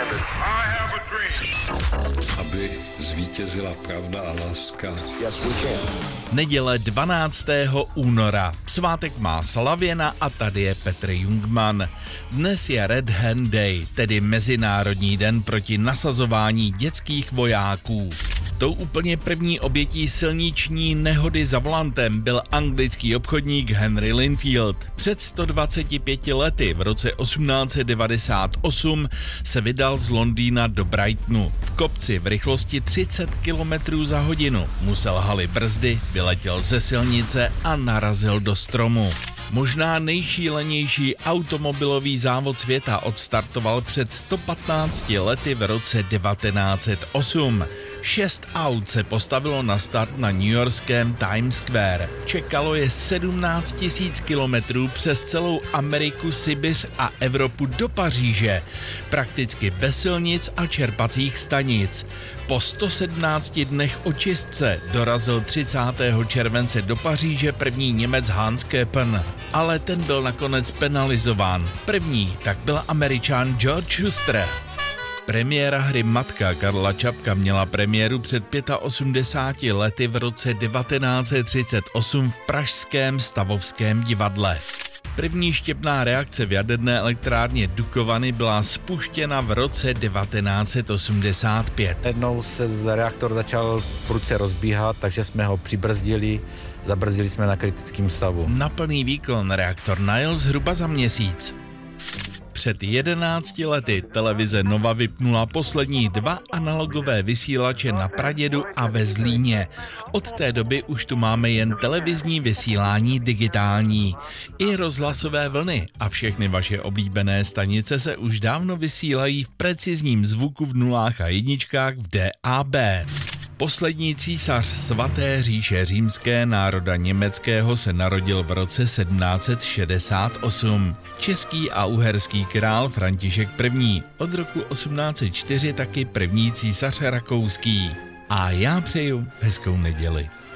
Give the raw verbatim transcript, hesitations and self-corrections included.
Aby zvítězila pravda a láska. Yes, we can. Neděle dvanáctého února. Svátek má Slavěna a tady je Petr Jungmann. Dnes je Red Hand Day, tedy Mezinárodní den proti nasazování dětských vojáků. Tou úplně první obětí silniční nehody za volantem byl anglický obchodník Henry Linfield. Před sto dvaceti pěti lety v roce osmnáct set devadesát osm se vydal z Londýna do Brightonu. V kopci v rychlosti třicet kilometrů za hodinu mu selhaly brzdy, vyletěl ze silnice a narazil do stromu. Možná nejšílenější automobilový závod světa odstartoval před sto patnácti lety v roce devatenáct set osm. Šest aut se postavilo na start na newyorském Times Square. Čekalo je sedmnáct tisíc kilometrů přes celou Ameriku, Sibiř a Evropu do Paříže. Prakticky bez silnic a čerpacích stanic. Po sto sedmnácti dnech očistce dorazil třicátého července do Paříže první Němec Hans Köppen, ale ten byl nakonec penalizován. První tak byl Američan George Schuster. Premiéra hry Matka Karla Čapka měla premiéru před osmdesáti pěti lety v roce devatenáct set třicet osm v pražském Stavovském divadle. První štěpná reakce v jaderné elektrárně Dukovany byla spuštěna v roce devatenáct set osmdesát pět. Jednou se reaktor začal prudce rozbíhat, takže jsme ho přibrzdili, zabrzdili jsme na kritickém stavu. Na plný výkon reaktor najel zhruba za měsíc. Před jedenácti lety televize Nova vypnula poslední dva analogové vysílače na Pradědu a ve Zlíně. Od té doby už tu máme jen televizní vysílání digitální. I rozhlasové vlny a všechny vaše oblíbené stanice se už dávno vysílají v precizním zvuku v nulách a jedničkách v D A B. Poslední císař svaté říše římské národa německého se narodil v roce sedmnáct set šedesát osm. Český a uherský král František první. Od roku osmnáct set čtyři taky první císař rakouský. A já přeju hezkou neděli.